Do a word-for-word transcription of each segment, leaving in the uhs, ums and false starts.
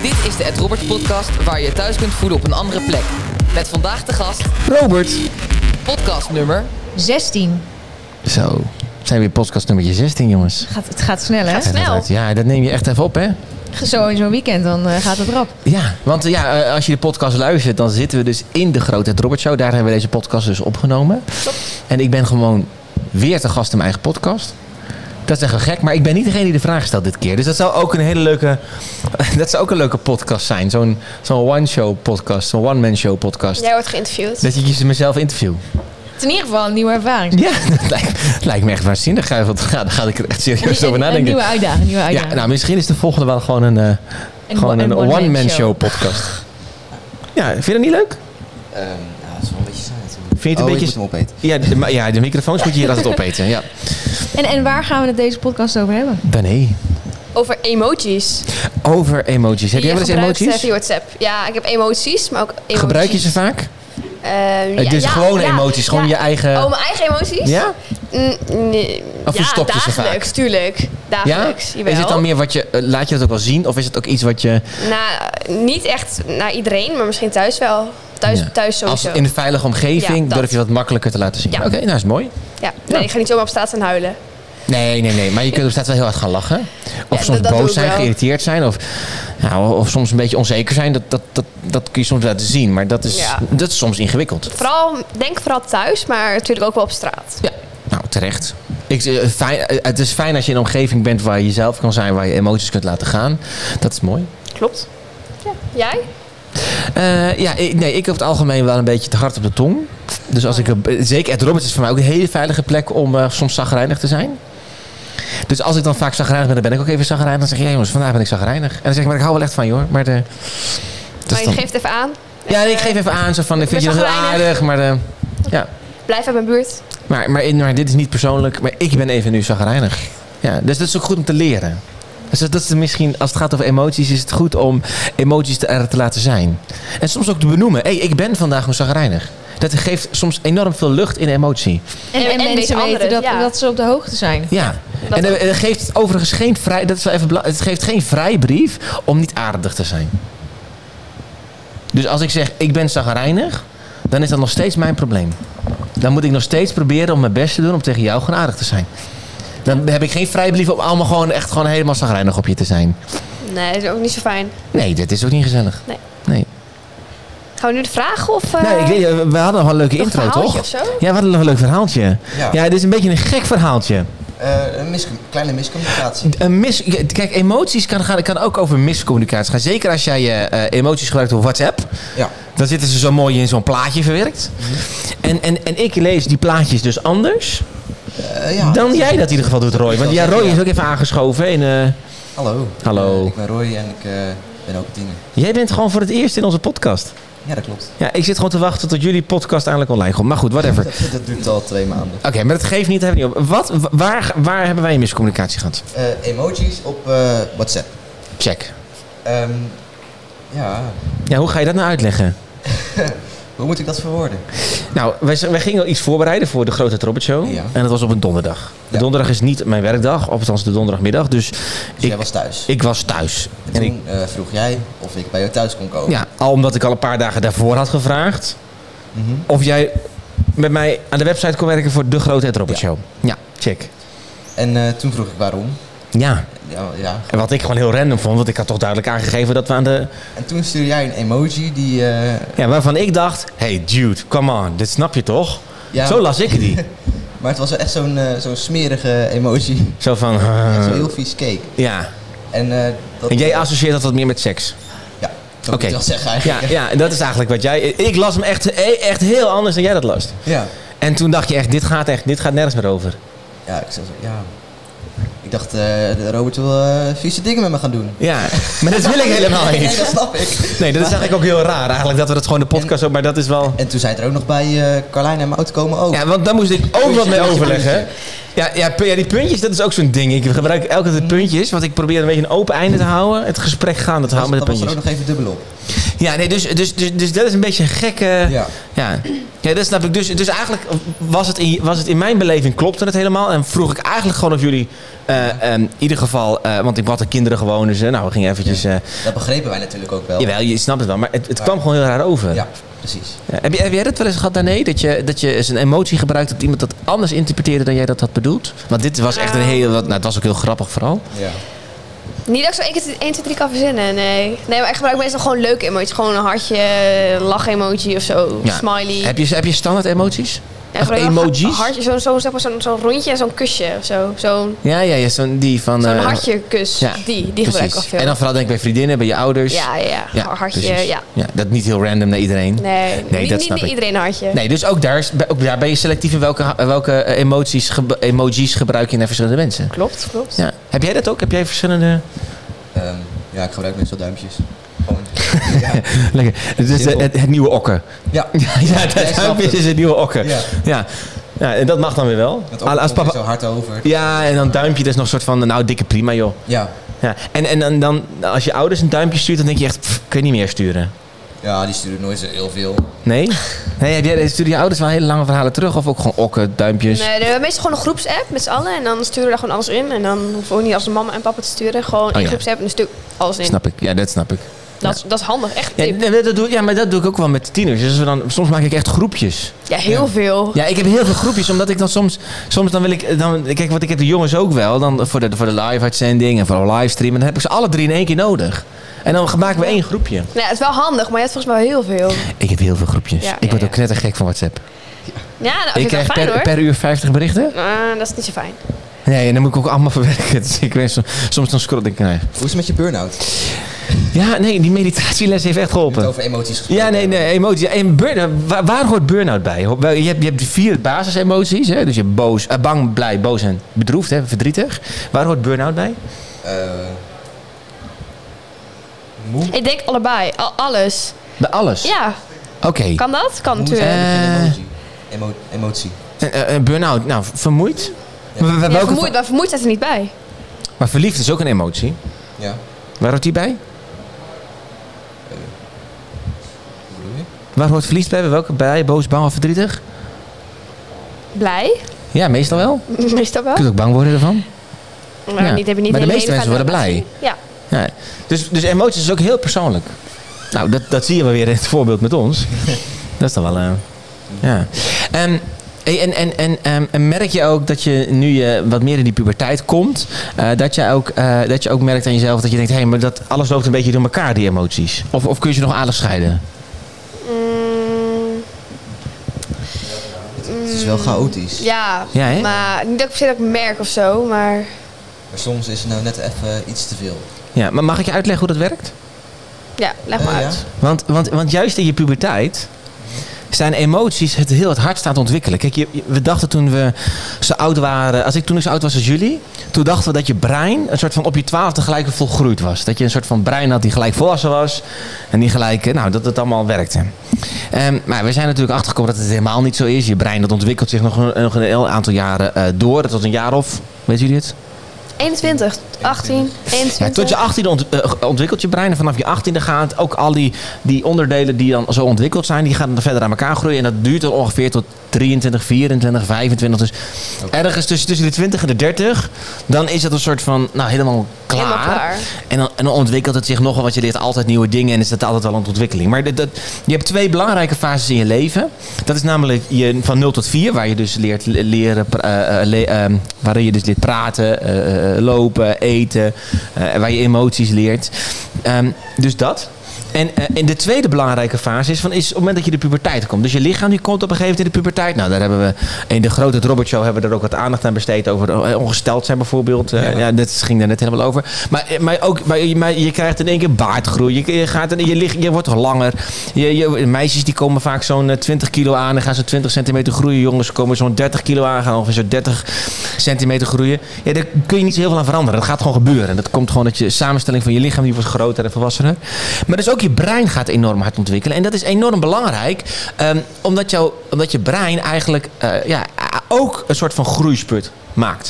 Dit is de Ed Roberts podcast waar je je thuis kunt voelen op een andere plek. Met vandaag de gast Robert. Podcast nummer zestien. Zo, zijn we weer podcast nummertje zestien, jongens. Gaat, het gaat snel, hè? Ja, snel. dat, ja, dat neem je echt even op, hè? Zo in zo'n weekend, dan uh, gaat het rap. Ja, want uh, ja, uh, als je de podcast luistert, dan zitten we dus in de grote Ed Roberts Show. Daar hebben we deze podcast dus opgenomen. Top. En ik ben gewoon weer te gast in mijn eigen podcast. Dat is echt wel gek, maar ik ben niet degene die de vraag stelt dit keer. Dus dat zou ook een hele leuke, dat zou ook een leuke podcast zijn. Zo'n, zo'n one-show podcast, zo'n one-man show podcast. Jij wordt geïnterviewd. Dat je mezelf interview. Het is in ieder geval een nieuwe ervaring. Ja, dat lijkt, lijkt me echt waanzinnig. Ga, want, ga, daar ga ik er echt serieus Een- over een- nadenken. Een nieuwe uitdaging, een nieuwe Ja, uitdaging. nou, misschien is de volgende wel gewoon een, uh, Een gewoon one- een, een one-man one-man show. show podcast. Ja, vind je dat niet leuk? Um, ja, dat is wel een beetje saai natuurlijk. Vind je het oh, een ik beetje... moet hem opeten. Ja, de, ma- ja, de microfoons moet je hier altijd opeten. Ja. En, en waar gaan we het deze podcast over hebben? Danny, Over emoties. over emoties. Heb Die jij je wel eens gebruikt, eh, emoties? via WhatsApp. Ja, ik heb emoties, maar ook emoties. Gebruik je ze vaak? Ehm, Eh, ja, dus ja, gewone ja, emoties, gewoon ja. je eigen... Oh, mijn eigen emoties? Ja? Mm, nee. Of ja, verstop je ze dagelijks, vaak? tuurlijk. Ja? Dagelijks, jawel. Is het dan meer wat je... uh, laat je dat ook wel zien? Of is het ook iets wat je... Nou, niet echt naar iedereen, maar misschien thuis wel. Thuis, Ja. thuis sowieso. Als in een veilige omgeving Ja, dat. durf je wat makkelijker te laten zien? Ja. Oké, nou is mooi. Ja, nee, ik ga niet zomaar op straat staan huilen. Nee, nee, nee. Maar je kunt op straat wel heel hard gaan lachen. Of Ja, soms dat- dat doe boos ik zijn, wel. geïrriteerd zijn. Of, ja, of soms een beetje onzeker zijn. Dat, dat, dat, dat kun je soms laten zien. Maar dat is, Ja. dat is soms ingewikkeld. Vooral, denk vooral thuis, maar natuurlijk ook wel op straat. Ja, nou terecht. Ik, eh, fijn, eh, het is fijn als je in een omgeving bent waar je jezelf kan zijn. Waar je emoties kunt laten gaan. Dat is mooi. Klopt. Ja. Jij? Uh, ja, ik, nee, ik heb het algemeen wel een beetje te hard op de tong. Dus als ik, uh, zeker Ed Roberts is voor mij ook een hele veilige plek om uh, soms chagrijnig te zijn. Dus als ik dan vaak chagrijnig ben, dan ben ik ook even chagrijnig. Dan zeg je, ja jongens, vandaag ben ik chagrijnig. En dan zeg ik, maar ik hou wel echt van je hoor. Maar, de, Maar je dan, geeft even aan. ja, nee, ik geef even aan. Zo van, ik vind je ben nog heel chagrijnig. aardig. Maar, de, ja. Blijf uit mijn buurt. maar, maar, maar dit is niet persoonlijk. Maar ik ben even nu chagrijnig. Ja, dus dat is ook goed om te leren. Dus dat is misschien, als het gaat over emoties, is het goed om emoties te, er te laten zijn. En soms ook te benoemen. Hé, hey, ik ben vandaag gewoon chagrijnig. Dat geeft soms enorm veel lucht in de emotie. En, En- en, en mensen deze weten anderen, dat, ja. dat ze op de hoogte zijn. Ja. Dat en ook. het geeft overigens geen vrij, dat is wel even belangrijk, het geeft geen vrijbrief om niet aardig te zijn. Dus als ik zeg, ik ben chagrijnig, dan is dat nog steeds mijn probleem. Dan moet ik nog steeds proberen om mijn best te doen om tegen jou gewoon aardig te zijn. Dan heb ik geen vrijbrief om allemaal gewoon echt gewoon helemaal chagrijnig op je te zijn. Nee, dat is ook niet zo fijn. Nee, dit is ook niet gezellig. Nee. Nee. Gaan we nu de vragen of... Uh, Nee, ik weet, we hadden nog wel een leuke nog intro, een verhaaltje toch? of zo? Ja, we hadden nog een leuk verhaaltje. Ja. Ja, dit is een beetje een gek verhaaltje. Uh, een mis- kleine miscommunicatie. Een mis, kijk, emoties kan, gaan, kan ook over miscommunicatie gaan. Zeker als jij je uh, emoties gebruikt op WhatsApp. Ja. Dan zitten ze zo mooi in zo'n plaatje verwerkt. Mm-hmm. En, en, en ik lees die plaatjes dus anders Uh, ja. dan jij dat in ieder geval doet, Roy. Want ja, Roy is ook even aangeschoven. In, uh, Hallo. Hallo. Uh, ik ben Roy en ik uh, ben ook tiener. jij bent gewoon voor het eerst in onze podcast. Ja, dat klopt. Ja, ik zit gewoon te wachten tot jullie podcast eindelijk online komt. Maar goed, whatever. Dat, dat duurt al twee maanden. Oké, okay, maar dat geeft niet. Dat hebben we niet op. Wat, waar, waar hebben wij een miscommunicatie gehad? Uh, emojis op uh, WhatsApp. Check. Um, ja, Ja, hoe ga je dat nou uitleggen? hoe moet ik dat verwoorden? Nou, wij, wij gingen iets voorbereiden voor de grote Ed Roberts Show. Ja. En dat was op een donderdag. De Ja. donderdag is niet mijn werkdag, of althans de donderdagmiddag. Dus, Dus ik, jij was thuis. ik was thuis. En En ik, toen uh, vroeg jij of ik bij jou thuis kon komen. ja, al omdat ik al een paar dagen daarvoor had gevraagd Mm-hmm. of jij met mij aan de website kon werken voor de grote Ed Roberts Ja. Show. Ja, check. En uh, toen vroeg ik waarom. Ja, Ja, ja. en wat ik gewoon heel random vond, want ik had toch duidelijk aangegeven dat we aan de... En toen stuurde jij een emoji die... Uh, Ja, waarvan ik dacht, hey dude, come on, dit snap je toch? ja, Zo las ik die. Maar het was wel echt zo'n uh, zo'n smerige emoji. Zo van... Echt Uh, zo heel vies cake. ja, En, uh, dat, en jij associeert dat wat meer met seks. Ja, dat Oké. moet ik wel zeggen Ja, eigenlijk. ja, en dat is eigenlijk wat jij... Ik las hem echt, echt heel anders dan jij dat las. Ja. En toen dacht je echt, dit gaat echt, dit gaat nergens meer over. Ja, ik zei zo, ja. Ik dacht, uh, Robert wil uh, vieze dingen met me gaan doen. Ja, maar dat wil ik helemaal Nee, niet. dat snap ik. Nee, dat is eigenlijk ook heel raar eigenlijk, dat we dat gewoon de podcast ook, maar dat is wel... En toen zei er ook nog bij, uh, Carlijn en Mout komen ook. Ja, want daar moest ik ook wat mee overleggen. Ja, ja, pu- ja, die puntjes, dat is ook zo'n ding. Ik gebruik elke keer puntjes, want ik probeer een beetje een open einde te houden. Het gesprek gaande te dat houden met de was er puntjes. ook nog even dubbel op. Ja, nee, dus, dus, dus, dus dat is een beetje een gekke... Ja. Ja, ja dat snap ik. Dus, dus eigenlijk was het, in, was het in mijn beleving klopte het helemaal. En vroeg ik eigenlijk gewoon of jullie... Uh, um, in ieder geval, uh, want ik had de kinderen gewoon. Dus uh, nou, we gingen eventjes... Uh, Dat begrepen wij natuurlijk ook wel. Jawel, je snapt het wel. Maar het, het kwam gewoon heel raar over. Ja, precies. Ja, heb, je, heb jij dat wel eens gehad, Danae? Dat je, dat je eens een emotie gebruikt dat iemand dat anders interpreteerde dan jij dat had bedoeld? Want dit was echt een heel... Nou, het was ook heel grappig vooral. Ja. Niet dat ik zo één, één, twee, drie kan verzinnen, nee. Nee, maar ik gebruik meestal gewoon leuke emoties. Gewoon een hartje, lach-emoji of zo, Ja. smiley. Heb je, heb je standaard emoties? Ja, Of gebruik wel emojis? Een hartje, zo'n zo, zeg maar, zo'n zo'n rondje en zo'n kusje of zo. Zo'n Ja, ja, ja zo'n die van... zo'n uh, hartje kus, ja, die, die gebruik ik wel precies. veel. En dan vooral denk ik bij vriendinnen, bij je ouders. Ja, ja, ja. hartje, precies. ja. ja. Dat niet heel random naar iedereen. Nee, Nee, niet, dat niet snap naar ik. iedereen een hartje. Nee, dus ook daar, is- ook daar ben je selectief in welke, welke eh, emoties, ge- emojis gebruik je naar verschillende mensen. Klopt, klopt. Ja. Heb jij dat ook? Heb jij verschillende... Um, ja, ik gebruik meestal duimpjes. Gewoon. Ja. Lekker. Het is Simpel. het, het nieuwe okken. Ja. Ja, ja dat snap duimpje het. is het nieuwe okken. Ja. Ja. Ja, en dat mag dan weer wel. Het Als komt papa... zo hard over. Ja, en dan duimpje, dat is nog een soort van, nou, dikke prima, joh. Ja. Ja. En, en dan, dan, als je ouders een duimpje stuurt, dan denk je echt, pff, kun je niet meer sturen. Ja, die sturen nooit zo heel veel. Nee? Nee, heb jij, sturen je ouders wel hele lange verhalen terug? Of ook gewoon okken, duimpjes? Nee, we hebben meestal gewoon een groepsapp met z'n allen. En dan sturen we daar gewoon alles in. En dan hoeven we ook niet als mama en papa te sturen. Gewoon Oh, een ja. groepsapp en een stuk alles in. Snap ik. Ja, dat snap ik. Dat, is- dat is handig, echt Ja, tip. nee, dat doe, ja, maar dat doe ik ook wel met tieners. Dus we dan, soms maak ik echt groepjes. Ja, heel veel. Ja, ik heb heel veel groepjes, omdat ik dan soms... Soms dan wil ik... Dan, kijk, wat ik heb de jongens ook wel. Dan voor de, voor de live-uitzending en voor de livestream. En dan heb ik ze alle drie in één keer nodig. En dan maken we één groepje. Ja, het is wel handig, maar je hebt volgens mij heel veel. Ik heb heel veel groepjes. Ja, ik word ja, ook knettergek van WhatsApp. Ja, nou, Ik vind ik wel krijg fijn per, hoor. per uur vijftig berichten. Ah, dat is niet zo fijn. Nee, en dan moet ik ook allemaal verwerken. Dus ik weet, soms, soms dan scroll ik... Nee. Hoe is het met je burn-out? Ja, nee, die meditatieles heeft echt Je geholpen. hebt over emoties gesproken. Ja, nee, nee, emoties. En burn waar, waar hoort burn-out bij? Je hebt, je hebt die vier basisemoties. Hè? Dus je hebt boos, eh, bang, blij, boos en bedroefd, hè? Verdrietig. Waar hoort burn-out bij? Uh, moe? Ik denk allebei, al, alles. Bij alles? Ja, Oké. kan dat? Kan Moe natuurlijk. zijn Eh. geen emotie. Emo- emotie. En, eh, eh, burn-out, nou, vermoeid? Ja. Maar, Ja, welke- vermoeid, maar vermoeid staat er niet bij. maar verliefd is ook een emotie. Ja. Waar hoort die bij? Hoe bedoel je? Waar hoort verliefd bij? Bij welke? Bij, boos, bang of verdrietig? Blij? Ja, meestal wel. Meestal wel. Je kunt ook bang worden ervan. Maar Ja. niet, heb je niet Maar de hele meeste mensen fijne worden blij. relatie. Ja. Ja. Dus, dus emoties is ook heel persoonlijk. Nou, dat, dat zie je wel weer in het voorbeeld met ons. Dat is dan wel... eh, ja. Ehm, en, en, en, en, en merk je ook dat je nu je wat meer in die puberteit komt... eh, dat, je ook, eh, dat je ook merkt aan jezelf dat je denkt... hé, hey, maar dat alles loopt een beetje door elkaar, die emoties. Of, of kun je ze nog aardig scheiden? Mm, Het is wel chaotisch. ja, Ja, hè? maar niet dat ik per se dat ik merk of zo, maar... Maar soms is het nou net even iets te veel. Ja, maar mag ik je uitleggen hoe dat werkt? Ja, leg maar Eh, ja. uit. Want, want, want juist in je puberteit zijn emoties het heel het hardst aan het ontwikkelen. Kijk, je, je- we dachten toen we zo oud waren... Als ik toen zo oud was als jullie... Toen dachten we dat je brein een soort van op je twaalfde gelijk volgroeid was. Dat je een soort van brein had die gelijk volwassen was. En die gelijk... eh, Nou, dat het allemaal werkte. Ehm, maar we zijn natuurlijk achtergekomen dat het helemaal niet zo is. Je brein dat ontwikkelt zich nog een, nog een heel aantal jaren eh, door. Tot een jaar of... Weet jullie het? eenentwintig, achttien, eenentwintig. Ja, tot je achttiende ont, eh, ontwikkelt je brein. En vanaf je achttiende gaat ook al die, die onderdelen die dan zo ontwikkeld zijn... die gaan dan verder aan elkaar groeien. En dat duurt dan ongeveer tot drieëntwintig, vierentwintig, vijfentwintig. Dus ergens tussen, tussen de twintig en de dertig... dan is het een soort van, nou, helemaal klaar. Helemaal klaar. En, dan, en dan ontwikkelt het zich nogal, want je leert altijd nieuwe dingen... en is dat altijd wel een ontwikkeling. Maar dat, dat, je hebt twee belangrijke fases in je leven. Dat is namelijk je, van nul tot vier... waar je dus leert leren... Uh, le, uh, waarin je dus leert praten... Uh, lopen, eten, uh, waar je emoties leert. Um, dus dat. En, uh, en de tweede belangrijke fase is, van, is op het moment dat je de puberteit komt. Dus je lichaam die komt op een gegeven moment in de puberteit. Nou, daar hebben we in de grote Robert Show hebben we er ook wat aandacht aan besteed over uh, ongesteld zijn bijvoorbeeld. Uh, ja. ja, dat ging daar net helemaal over. Maar, maar ook, maar, maar je krijgt in één keer baardgroei. Je, je, gaat, je, ligt, je wordt langer. Je, je, meisjes die komen vaak zo'n uh, twintig kilo aan en gaan zo'n twintig centimeter groeien. Jongens komen zo'n dertig kilo aan, gaan ongeveer zo'n dertig centimeter groeien. Ja, daar kun je niet zo heel veel aan veranderen. Dat gaat gewoon gebeuren. Dat komt gewoon dat je samenstelling van je lichaam die wordt groter en volwassener. Maar dus ook je brein gaat enorm hard ontwikkelen. En dat is enorm belangrijk. Um, omdat, jou, omdat je brein eigenlijk uh, ja, ook een soort van groeispurt maakt.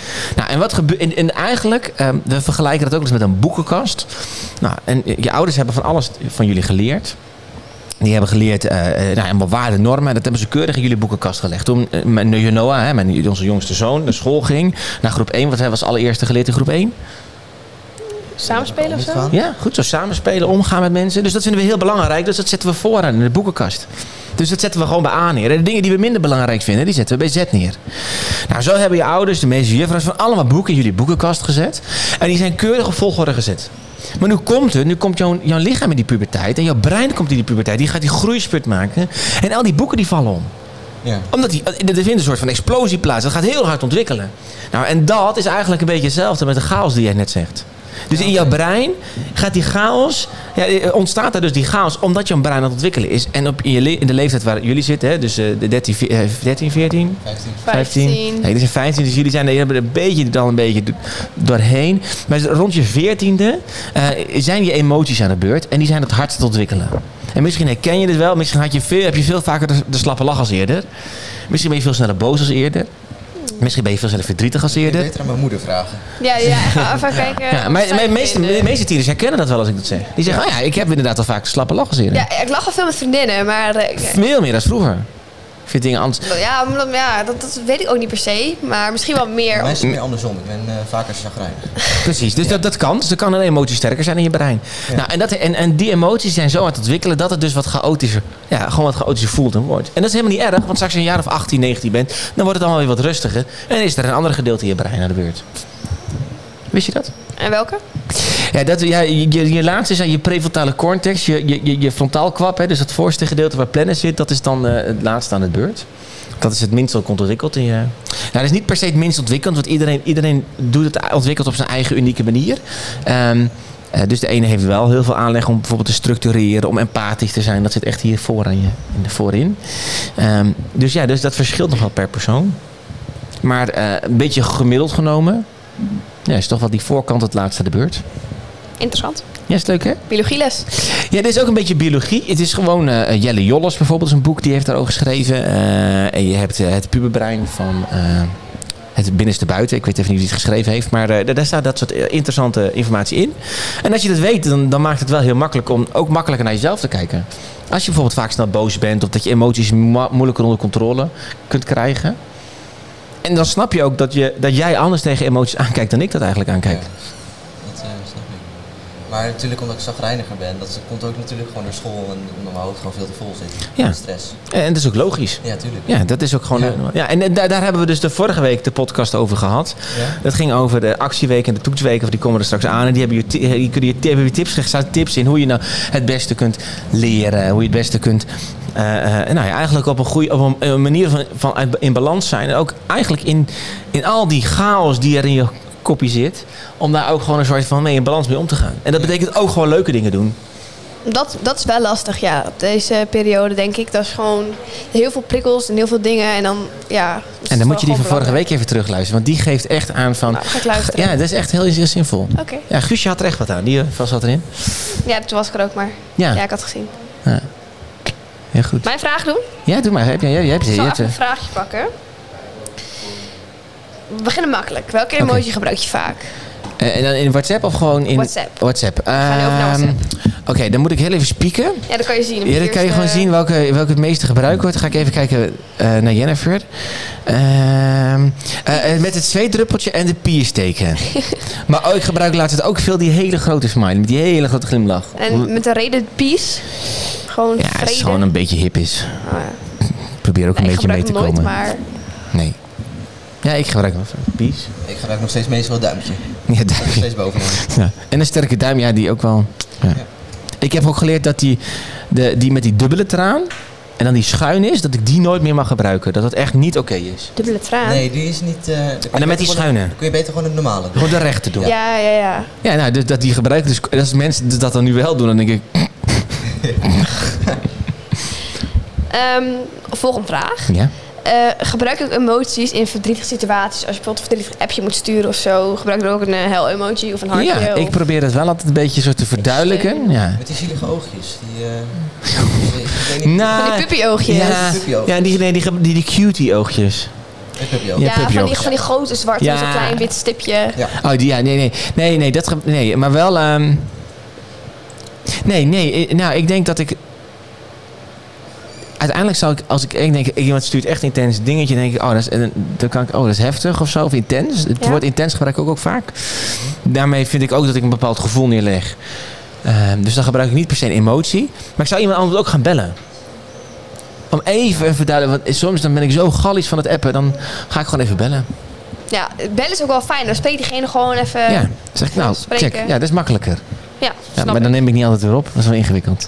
Nou, en wat gebeurt... En, en eigenlijk, um, we vergelijken dat ook eens met een boekenkast. Nou, en je ouders hebben van alles van jullie geleerd. Die hebben geleerd, uh, nou, wat waarden, normen. Dat hebben ze keurig in jullie boekenkast gelegd. Toen uh, Noah, hè, mijn, onze jongste zoon, naar school ging. Naar groep één. Wat hebben we als allereerste geleerd in groep één? Samenspelen of zo? Ja, goed. Zo samenspelen, omgaan met mensen. Dus dat vinden we heel belangrijk. Dus dat zetten we vooraan in de boekenkast. Dus dat zetten we gewoon bij A neer. En de dingen die we minder belangrijk vinden, die zetten we bij Z neer. Nou, zo hebben je ouders, de meeste juffrouws, van allemaal boeken in jullie boekenkast gezet. En die zijn keurig op volgorde gezet. Maar nu komt het, nu komt jouw, jouw lichaam in die puberteit. En jouw brein komt in die puberteit. Die gaat die groeispurt maken. En al die boeken die vallen om. Ja. Omdat die, er vindt een soort van explosie plaats. Dat gaat heel hard ontwikkelen. Nou, en dat is eigenlijk een beetje hetzelfde met de chaos die jij net zegt. Dus in jouw brein gaat die chaos, ja, ontstaat er dus die chaos omdat jouw brein aan het ontwikkelen is. En op in, je le- in de leeftijd waar jullie zitten, hè, dus uh, de dertien, veertien, vijftien. Nee, die zijn vijftien, dus jullie zijn er een beetje dan een beetje doorheen. Maar rond je veertiende uh, zijn je emoties aan de beurt en die zijn het hardst te ontwikkelen. En misschien herken je dit wel, misschien had je veel, heb je veel vaker de, de slappe lach als eerder. Misschien ben je veel sneller boos als eerder. Misschien ben je veel sneller verdrietig als eerder. Ik beter aan mijn moeder vragen. Ja, ja, ga even kijken. Ja, maar de meeste, de meeste tieners herkennen dat wel als ik dat zeg. Die zeggen, ja. Oh ja, ik heb inderdaad al vaak de slappe lach als eerder. Ja, ik lach al veel met vriendinnen, maar... Uh, veel meer dan vroeger. Ik vind dingen anders. Ja, ja dat, dat weet ik ook niet per se. Maar misschien wel meer... Mij is het meer andersom. Ik ben uh, vaker chagrijnig. Precies, dus ja. dat, dat kan. Dus er kan een emotie sterker zijn in je brein. Ja. Nou, en, dat, en, en die emoties zijn zo aan het ontwikkelen dat het dus wat chaotischer, ja, gewoon wat chaotischer voelt en wordt. En dat is helemaal niet erg, want straks als je een jaar of achttien, negentien bent, dan wordt het allemaal weer wat rustiger. En dan is er een ander gedeelte in je brein aan de beurt. Wist je dat? En welke? Ja, dat, ja je, je, je laatste is aan je prefrontale cortex, je, je, je, je frontaalkwab, hè, dus het voorste gedeelte waar plannen zit, dat is dan uh, het laatste aan het beurt. Dat is het minst ontwikkeld. In je... Nou, dat is niet per se het minst ontwikkeld, want iedereen, iedereen doet het ontwikkeld op zijn eigen unieke manier. Um, uh, dus de ene heeft wel heel veel aanleg om bijvoorbeeld te structureren, om empathisch te zijn. Dat zit echt hier voor aan je, in de voorin. Um, dus ja, dus dat verschilt nog wel per persoon. Maar uh, een beetje gemiddeld genomen, ja, is toch wel die voorkant het laatste aan de beurt. Interessant. Ja, is het leuk, hè? Biologieles. Ja, dit is ook een beetje biologie. Het is gewoon uh, Jelle Jolles bijvoorbeeld, is een boek die heeft daarover geschreven. Uh, en je hebt uh, het puberbrein van uh, het binnenste buiten. Ik weet even niet wie het geschreven heeft, maar uh, daar staat dat soort interessante informatie in. En als je dat weet, dan, dan maakt het wel heel makkelijk om ook makkelijker naar jezelf te kijken. Als je bijvoorbeeld vaak snel boos bent of dat je emoties mo- moeilijker onder controle kunt krijgen. En dan snap je ook dat, je, dat jij anders tegen emoties aankijkt dan ik dat eigenlijk aankijk. Ja. Maar natuurlijk omdat ik chagrijniger ben, dat komt ook natuurlijk gewoon door school en omdat mijn hoofd gewoon veel te vol zit. Ja. Stress. En dat is ook logisch. Ja, tuurlijk. Ja, dat is ook gewoon... Ja, ja en daar, daar hebben we dus de vorige week de podcast over gehad. Ja. Dat ging over de actieweek en de toetsweek, of die komen er straks aan. En die hebben je, die kunnen je, hebben je tips, er staan tips in hoe je nou het beste kunt leren, hoe je het beste kunt... Uh, uh, nou ja, eigenlijk op een goede op een, een manier van, van in balans zijn. En ook eigenlijk in, in al die chaos die er in je kopje zit, om daar ook gewoon een soort van mee in balans mee om te gaan. En dat betekent ook gewoon leuke dingen doen. Dat, dat is wel lastig, ja. Op deze periode denk ik, dat is gewoon heel veel prikkels en heel veel dingen. En dan, ja... En dan moet je die van vorige week even terugluisteren. Want die geeft echt aan van... Nou, ga ik luisteren. Ja, dat is echt heel, heel zinvol. Oké. Okay. Ja, Guusje had er echt wat aan. Die vast wat erin. Ja, toen was ik er ook maar. Ja, ja ik had het gezien. Ja. Heel goed. Mijn vraag doen? Ja, doe maar. Heb je, je, je hebt, ik zal je hebt, even een vraagje pakken. We beginnen makkelijk. Welke emoji okay. gebruik je vaak? Uh, en dan in WhatsApp of gewoon in... WhatsApp. WhatsApp. Uh, Ga nu over naar WhatsApp. Oké, okay, dan moet ik heel even spieken. Ja, dat kan je zien. Ja, dan kan je gewoon zien welke, welke het meeste gebruikt wordt. Dan ga ik even kijken uh, naar Jennifer. Uh, uh, met het zweetdruppeltje en de piersteken. Maar oh, ik gebruik laatst ook veel die hele grote smiley. Met die hele grote glimlach. En met de reden peace? Gewoon ja, vrede? het is gewoon een beetje hip is. Oh, ja. Ik probeer ook nee, een beetje mee te nooit, komen. Maar... Nee. Ja, ik gebruik wel peace. Ik gebruik nog steeds meestal een duimpje. Ja, duimpje. Nog steeds bovenaan. Ja. En een sterke duim, ja, die ook wel. Ja. Ja. Ik heb ook geleerd dat die, de, die met die dubbele traan en dan die schuin is, dat ik die nooit meer mag gebruiken. Dat dat echt niet oké okay is. Dubbele traan? Nee, die is niet... Uh, dan en dan met die schuine. Dan kun je beter gewoon het normale doen. Gewoon de rechte doen. Ja, ja, ja. Ja, nou, dus dat die gebruiken. Dus als mensen dat dan nu wel doen, dan denk ik... um, volgende vraag. Ja. Uh, gebruik ik emoties in verdrietige situaties? Als je bijvoorbeeld een verdrietig appje moet sturen of zo, gebruik je ook een uh, hel-emoji of een hartje? Ja, of... ik probeer het wel altijd een beetje zo te verduidelijken. Ja. Met die zielige oogjes. Die, uh, nou, die puppy-oogjes. Ja, ja die, nee, die, die, die cutie-oogjes. Ik heb je ook. Ja, Ja, van die, puppyjogers. van die grote zwarte, Ja. zo'n klein wit stipje. Ja. Oh, die, ja, nee, nee. Nee, nee, dat... ge- Nee, maar wel... ehm, nee, nee. eh, Nou, ik denk dat ik... Uiteindelijk zou ik, als ik, ik denk, iemand stuurt echt intens dingetje, denk ik, oh, dat is, en dan kan ik, oh, dat is heftig of zo, of intens. Het Ja. woord intens gebruik ik ook, ook vaak. Daarmee vind ik ook dat ik een bepaald gevoel neerleg. Ehm, dus dan gebruik ik niet per se een emotie. Maar ik zou iemand anders ook gaan bellen. Om even een verduidelijken, want soms dan ben ik zo gallisch van het appen, dan ga ik gewoon even bellen. Ja, bellen is ook wel fijn. Dan spreekt diegene gewoon even... Ja, dan zeg ik, nou, spreken. check. Ja, dat is makkelijker. Ja, Ja, snap maar ik. dan neem ik niet altijd weer op. Dat is wel ingewikkeld.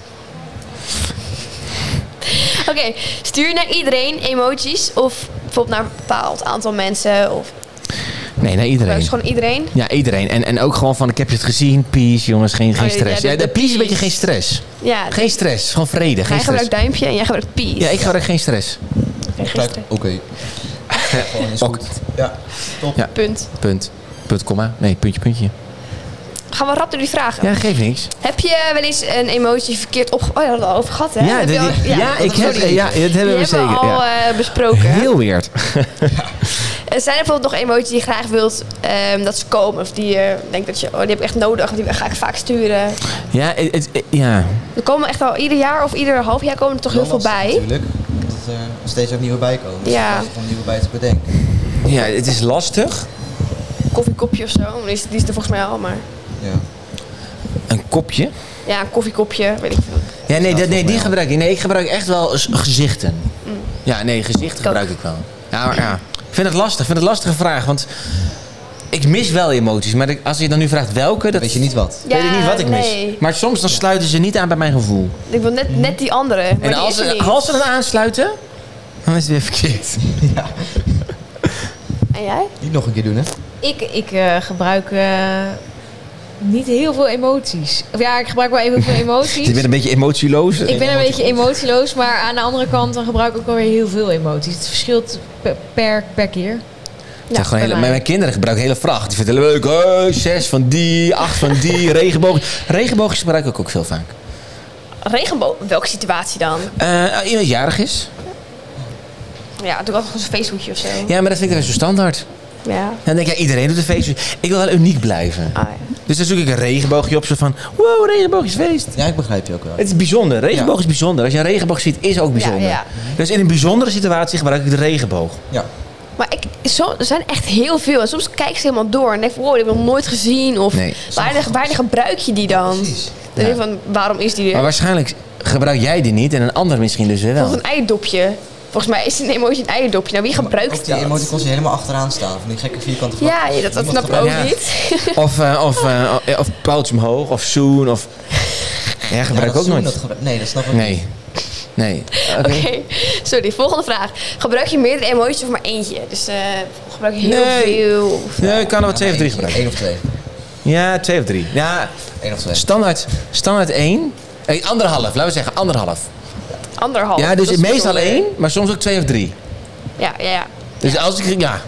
Oké, stuur je naar iedereen emojis? Of bijvoorbeeld naar een bepaald aantal mensen? Of Nee, naar gebruik iedereen. je gewoon iedereen? Ja, iedereen. En, en ook gewoon van, ik heb je het gezien. Peace, jongens. Geen, geen Oh, ja, stress. ja, Ja, de- de de peace is een beetje peace. geen stress. Ja, Geen stress. Gewoon vrede. Geen hij stress. gebruikt duimpje en jij gebruikt peace. Ja, ik gebruik geen stress. Geen gisteren. Oké. Gewoon is Ok. goed. Ja, top. Ja. Punt. Punt. Punt, komma. Nee, puntje, puntje. Gaan we rap door die vragen. Ja, geeft niks. Heb je wel eens een emoji verkeerd opge... Oh, ja, dat hadden we al over gehad, hè? Ja, Heb de- je al- die- ja, dat ik is heb, sorry. ja, dat Die hebben we hebben zeker. we al Ja. eh, besproken. Heel weird. Er zijn er bijvoorbeeld nog emoties die je graag wilt ehm, dat ze komen. Of die je denkt dat je... Oh, die heb ik echt nodig. Die ga ik vaak sturen. Ja, het, het- ja. Er komen echt al ieder jaar of ieder half jaar komen er toch heel veel bij. Natuurlijk. Dat er steeds ook nieuwe bij komen. Dus Ja. er is gewoon nieuwe bij te bedenken. ja, het is lastig. Koffiekopje of zo. Die is, die is er volgens mij al, maar... Ja. Een kopje. Ja, een koffiekopje, weet ik veel. Ja, nee, Ja, dat, nee volgens mij die wel. gebruik ik. Nee, ik gebruik echt wel s- gezichten. Ja, nee, gezichten ook. gebruik ik wel. Ja, maar ja. Ik vind het lastig. Ik vind het een lastige vraag. Want ik mis wel emoties. Maar ik- als je dan nu vraagt welke, dat Weet je niet wat? weet ik niet wat ik nee. mis. Maar soms dan sluiten ze niet aan bij mijn gevoel. Ik wil net, net die andere, maar En die als is er ze, niet. als ze dan aansluiten, dan is het weer verkeerd. En jij? Niet nog een keer doen, hè? Ik, ik eh, gebruik eh, niet heel veel emoties. Of ja, ik gebruik wel even veel emoties. Je bent een beetje emotieloos. Ik ben een beetje emotieloos, maar aan de andere kant dan gebruik ik ook wel weer heel veel emoties. Het verschilt per, per, per keer. Ja, gewoon hele, bij mijn, mij. mijn kinderen gebruiken hele vracht. Die vinden het leuk. Oh, zes van die, acht van die, regenboog. Regenboogjes gebruik ik ook veel vaak. Regenboog, welke situatie dan? Eh, als iemand jarig is. Ja, doe ik altijd gewoon zo'n Facebookje of zo. Ja, maar dat vind ik dan zo standaard. Ja. Dan denk ik, ja, iedereen doet een feestje. Ik wil wel uniek blijven. Ah, ja. Dus dan zoek ik een regenboogje op. Zo van, wow, regenboogjesfeest. Ja, ik begrijp je ook wel. Het is bijzonder. Regenboog Ja. is bijzonder. Als je een regenboog ziet, is ook bijzonder. Ja, ja. Dus in een bijzondere situatie gebruik ik de regenboog. Ja. Maar ik, zo, er zijn echt heel veel. En soms kijk ik ze helemaal door en denk van, wow, die heb ik nog nooit gezien. Of Nee. wanneer, wanneer gebruik je die dan? Precies. Dan denk ik van, waarom is die Maar er? waarschijnlijk gebruik jij die niet en een ander misschien dus weer wel. Bijvoorbeeld een eidopje. Volgens mij is een emoji een eidopje. Nou, wie Ook gebruikt die dat? emoticons die helemaal achteraan staan. Van die gekke vierkante vlakken. Ja, ja, dat, dat Niemand snap ik ook gebruikt- niet. Of, uh, of, uh, of pijltje omhoog, of zoen, of... Ja, gebruik Ja, ook dat nooit. zoen, dat gebruik- Nee, dat snap ik niet. Nee. Nee. Oké. Oké, sorry. Volgende vraag. Gebruik je meerdere emojis of maar eentje? Dus eh gebruik je heel Nee. veel? Of, Nee, ik kan er wat twee of drie Eén gebruiken. Eén of twee. Ja, twee of drie. Ja, Eén of twee. standaard, standaard één. Hey, anderhalf, laten we zeggen anderhalf. anderhalf. Ja, Dat dus is meestal veel, hè? één, maar soms ook twee of drie. Ja, ja, ja. Dus als ik... Ja.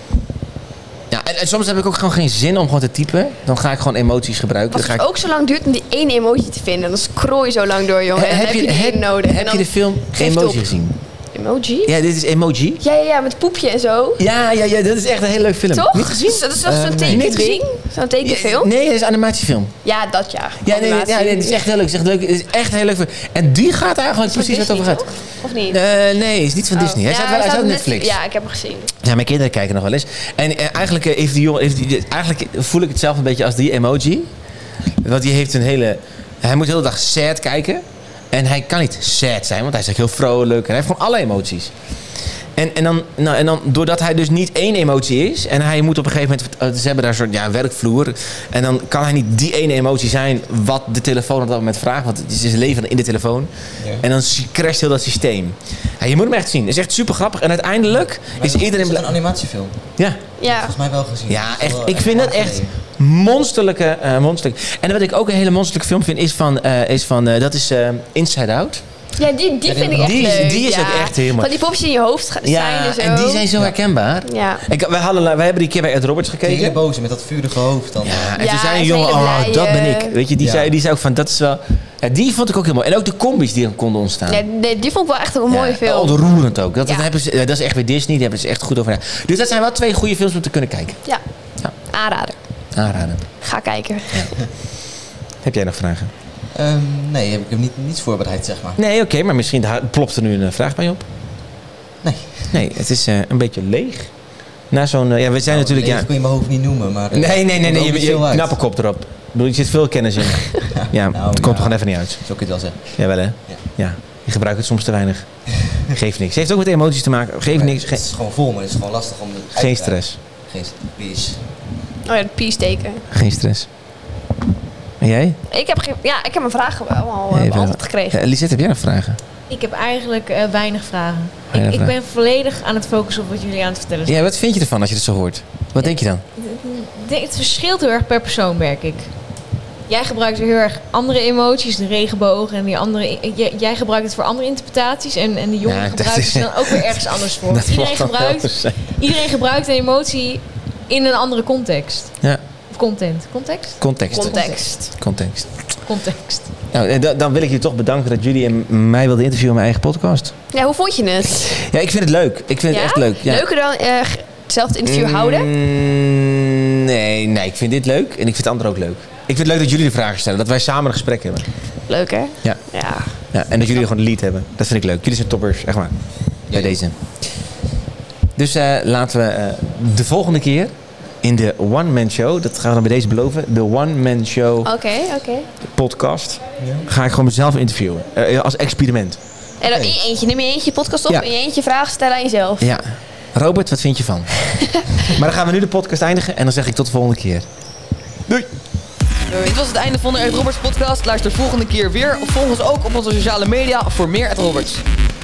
Ja, en, en soms heb ik ook gewoon geen zin om gewoon te typen. Dan ga ik gewoon emoties gebruiken. Als Dan ga het ik... ook zo lang duurt om die één emoji te vinden, dan scroll je zo lang door, jongen. En dan heb je die één nodig. heb En je dan de film geef het Emoji op. gezien? Emoji? Ja, dit is Emoji. Ja, ja, ja, met poepje en zo. Ja, ja, ja, dat is echt een hele leuke film. Toch? Niet gezien? Dat is toch Eh, zo'n nee. Niet tekending? Zo'n tekenfilm? Nee, dat is een animatiefilm. Ja, dat ja. Ja, nee, Animatie. ja, nee, het is echt heel leuk. Het is echt, leuk. Het is echt heel leuk. En die gaat eigenlijk Van precies wat het Disney, over gaat. toch? Of niet? Eh, nee, is niet van Oh. Disney. Hij Ja, staat wel hij staat op Netflix. Ja, ik heb hem gezien. Ja, mijn kinderen kijken nog wel eens. En eh, eigenlijk, eh, heeft die jongen, heeft die, eigenlijk voel ik het zelf een beetje als die emoji. Want die heeft een hele... Hij moet de hele dag sad kijken. En hij kan niet sad zijn, want hij is echt heel vrolijk. En hij heeft gewoon alle emoties. En, en, dan, nou, en dan, doordat hij dus niet één emotie is... en hij moet op een gegeven moment... uh, ze hebben daar een soort ja, werkvloer... en dan kan hij niet die ene emotie zijn... wat de telefoon op dat moment vraagt... want het is zijn leven in de telefoon. Ja. En dan crasht heel dat systeem. Ja, je moet hem echt zien. Het is echt super grappig. En uiteindelijk is iedereen... Is het bla- een animatiefilm? Ja, Ja. Volgens mij wel gezien. ja, Dat is echt. wel Ik vind lang het echt geleden. monsterlijke, uh, monsterlijk. En wat ik ook een hele monsterlijke film vind, is van, uh, is van uh, dat is uh, Inside Out. Ja, die, die Ja, vind ik echt die is- leuk. die is ja. ook echt helemaal- Van die popjes in je hoofd gaan zijn Ja, en zo. en die zijn zo herkenbaar. Ja. Ik, wij, hadden, wij hebben die keer bij Ed Roberts Die hele gekeken. boze met dat vurige hoofd dan. Ja, en Ja, toen zei hij een is jongen, hele oh, blije- dat ben ik. Weet je, die, Ja. zei, die zei ook van, dat is wel... Ja, die vond ik ook heel mooi. En ook de combis die er konden ontstaan. Nee, nee, die vond ik wel echt een mooie Ja, film. ontroerend ook. Dat, Ja. dat, hebben ze, dat is echt weer Disney. Daar hebben ze echt goed over na. Dus dat zijn wel twee goede films om te kunnen kijken. Ja. Ja. Aanrader. Aanraden. Ga kijken. Heb jij nog vragen? Ehm, nee, heb ik heb niet, niets voorbereid, zeg maar. Nee, oké. maar misschien ha- plopt er nu een vraag bij je op. Nee. Nee, het is eh, een beetje leeg. Na zo'n... eh, ja, we zijn Nou, natuurlijk... leeg Ja, kun je mijn hoofd niet noemen, maar... eh, nee, nee, nee. komt nee ook je niet je veel uit. knappe kop erop. Ik bedoel, je zit veel kennis in. Ja, Nou, het komt er ja. gewoon even niet uit. Zo kun je het wel zeggen. Jawel, hè? Ja. Ja. Je gebruikt het soms te weinig. Geeft niks. Heeft ook met emoties te maken. Geeft niks. Het Ge- is gewoon vol, maar het is gewoon lastig om... het uit te geen krijgen. stress. Geen stress. Oh ja, de peace teken. Geen stress. En jij? Ik heb, geen, ja, ik heb mijn vragen allemaal Even- uh, beantwoord gekregen. Ja, Lisette, heb jij nog vragen? Ik heb eigenlijk uh, weinig vragen. Weinig ik, ik vragen. ben volledig aan het focussen op wat jullie aan het vertellen zijn. Ja, wat vind je ervan als je het zo hoort? Wat denk je dan? Ik denk, het verschilt heel erg per persoon, merk ik. Jij gebruikt heel erg andere emoties, de regenboog en die andere. Jij, jij gebruikt het voor andere interpretaties en, en de jongen Ja, dat gebruikt is- het dan ook weer ergens anders voor. Dat Iedereen mag dan wel gebruikt, zijn. iedereen gebruikt een emotie in een andere context. Ja, Of content. Context? context. Context. Context. Context. Nou, en da- dan wil ik je toch bedanken dat jullie en mij wilden interviewen in mijn eigen podcast. Ja, hoe vond je het? Ja, ik vind het leuk. Ik vind Ja? het echt leuk. Ja. Leuker dan uh, hetzelfde interview houden? Mm, nee, nee, ik vind dit leuk en ik vind het andere ook leuk. Ik vind het leuk dat jullie de vragen stellen, dat wij samen een gesprek hebben. Leuk, hè? Ja. Ja. Ja, en dat jullie gewoon de lead hebben. Dat vind ik leuk. Jullie zijn toppers, echt waar. Bij deze. Dus eh, laten we eh, de volgende keer in de One Man Show, dat gaan we dan bij deze beloven, de One Man Show Oké, oké. podcast, ga ik gewoon mezelf interviewen. Eh, als experiment. En dan in je eentje. Neem je eentje podcast op Ja. en je eentje vragen stellen aan jezelf. Ja. Robert, wat vind je van? Maar dan gaan we nu de podcast eindigen en dan zeg ik tot de volgende keer. Doei! Dit was het einde van de Ed Roberts podcast. Luister volgende keer weer. Of volg ons ook op onze sociale media voor meer Ed Roberts.